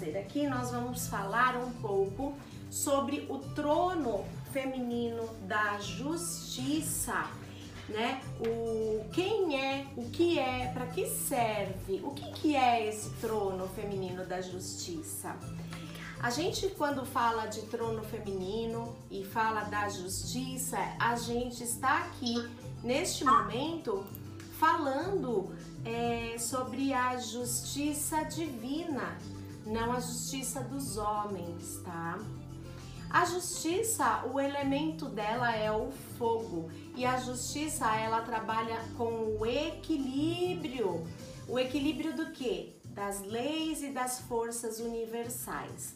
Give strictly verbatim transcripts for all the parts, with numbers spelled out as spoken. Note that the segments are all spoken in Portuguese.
trazer aqui, nós vamos falar um pouco sobre o trono feminino da justiça, né? O quem é, o que é, para que serve, o que que é esse trono feminino da justiça? A gente, quando fala de trono feminino e fala da justiça, a gente está aqui neste momento falando é, sobre a justiça divina, não a justiça dos homens, tá? A justiça, o elemento dela é o fogo, e a justiça, ela trabalha com o equilíbrio. O equilíbrio do quê? Das leis e das forças universais.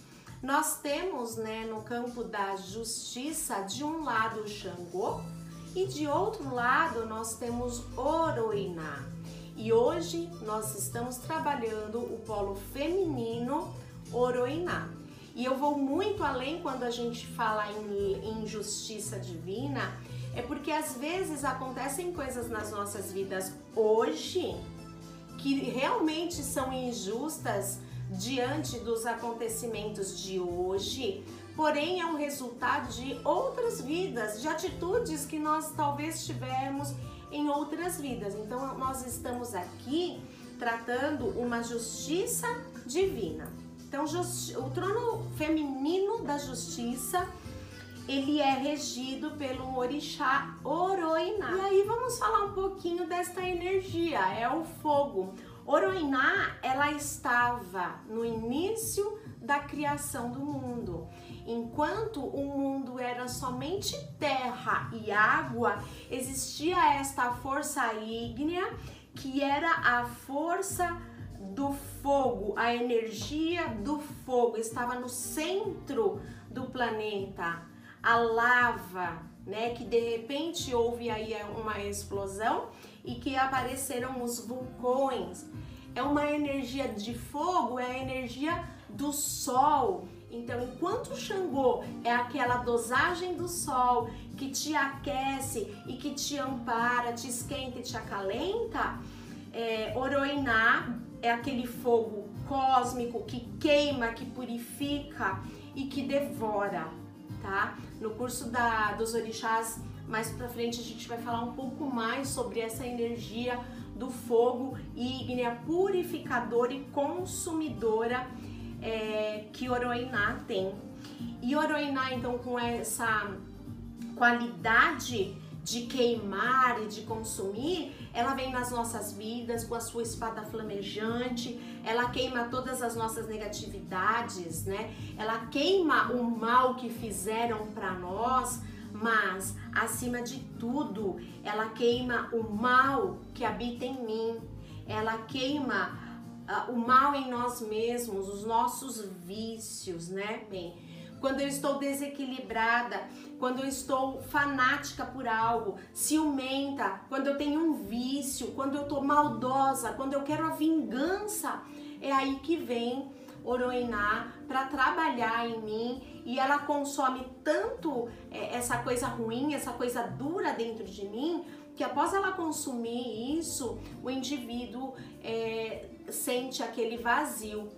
Nós temos, né, no campo da justiça, de um lado o Xangô e de outro lado nós temos Oroiná. E hoje nós estamos trabalhando o polo feminino Oroiná. E eu vou muito além quando a gente fala em, em justiça divina, é porque às vezes acontecem coisas nas nossas vidas hoje que realmente são injustas diante dos acontecimentos de hoje, porém é um resultado de outras vidas, de atitudes que nós talvez tivemos em outras vidas. Então nós estamos aqui tratando uma justiça divina. Então o trono feminino da justiça, ele é regido pelo orixá Oroiná. E aí vamos falar um pouquinho desta energia, é o fogo. Oroiná, ela estava no início da criação do mundo. Enquanto o mundo era somente terra e água, existia esta força ígnea, que era a força do fogo, a energia do fogo, estava no centro do planeta. A lava, né, que de repente houve aí uma explosão e que apareceram os vulcões. É uma energia de fogo, é a energia do sol. Então, enquanto o Xangô é aquela dosagem do sol que te aquece e que te ampara, te esquenta e te acalenta, é, Oroiná é aquele fogo cósmico que queima, que purifica e que devora, tá? No curso da, dos orixás, mais pra frente a gente vai falar um pouco mais sobre essa energia do fogo ígnea, purificadora e consumidora é, que Oroiná tem. E Oroiná, então, com essa qualidade de queimar e de consumir, ela vem nas nossas vidas com a sua espada flamejante, ela queima todas as nossas negatividades, né? Ela queima o mal que fizeram para nós, mas acima de tudo, ela queima o mal que habita em mim, ela queima uh, o mal em nós mesmos, os nossos vícios, né? Bem, quando eu estou desequilibrada, quando eu estou fanática por algo, ciumenta, quando eu tenho um vício, quando eu estou maldosa, quando eu quero a vingança, é aí que vem Oroiná para trabalhar em mim, e ela consome tanto é, essa coisa ruim, essa coisa dura dentro de mim, que após ela consumir isso, o indivíduo é, sente aquele vazio,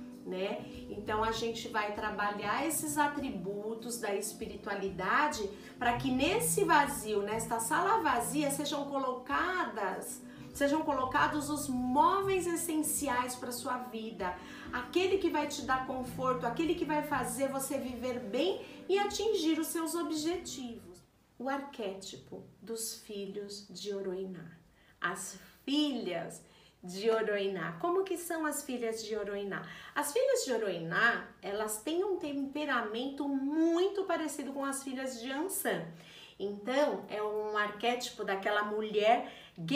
né? Então a gente vai trabalhar esses atributos da espiritualidade para que nesse vazio, nesta sala vazia, sejam colocadas Sejam colocados os móveis essenciais para sua vida, aquele que vai te dar conforto, aquele que vai fazer você viver bem e atingir os seus objetivos. O arquétipo dos filhos de Oroiná, as filhas de Oroiná. Como que são as filhas de Oroiná? As filhas de Oroiná, elas têm um temperamento muito parecido com as filhas de Ansan. Então, é um arquétipo daquela mulher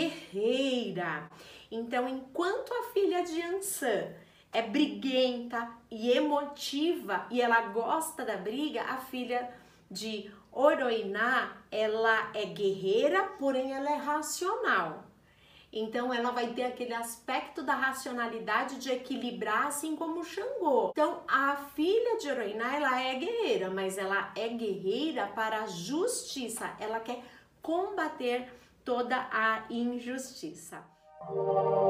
guerreira. Então, enquanto a filha de Ansan é briguenta e emotiva e ela gosta da briga, a filha de Oroiná, ela é guerreira, porém ela é racional. Então ela vai ter aquele aspecto da racionalidade de equilibrar, assim como o Xangô. Então a filha de Oroiná, ela é guerreira, mas ela é guerreira para a justiça. Ela quer combater toda a injustiça.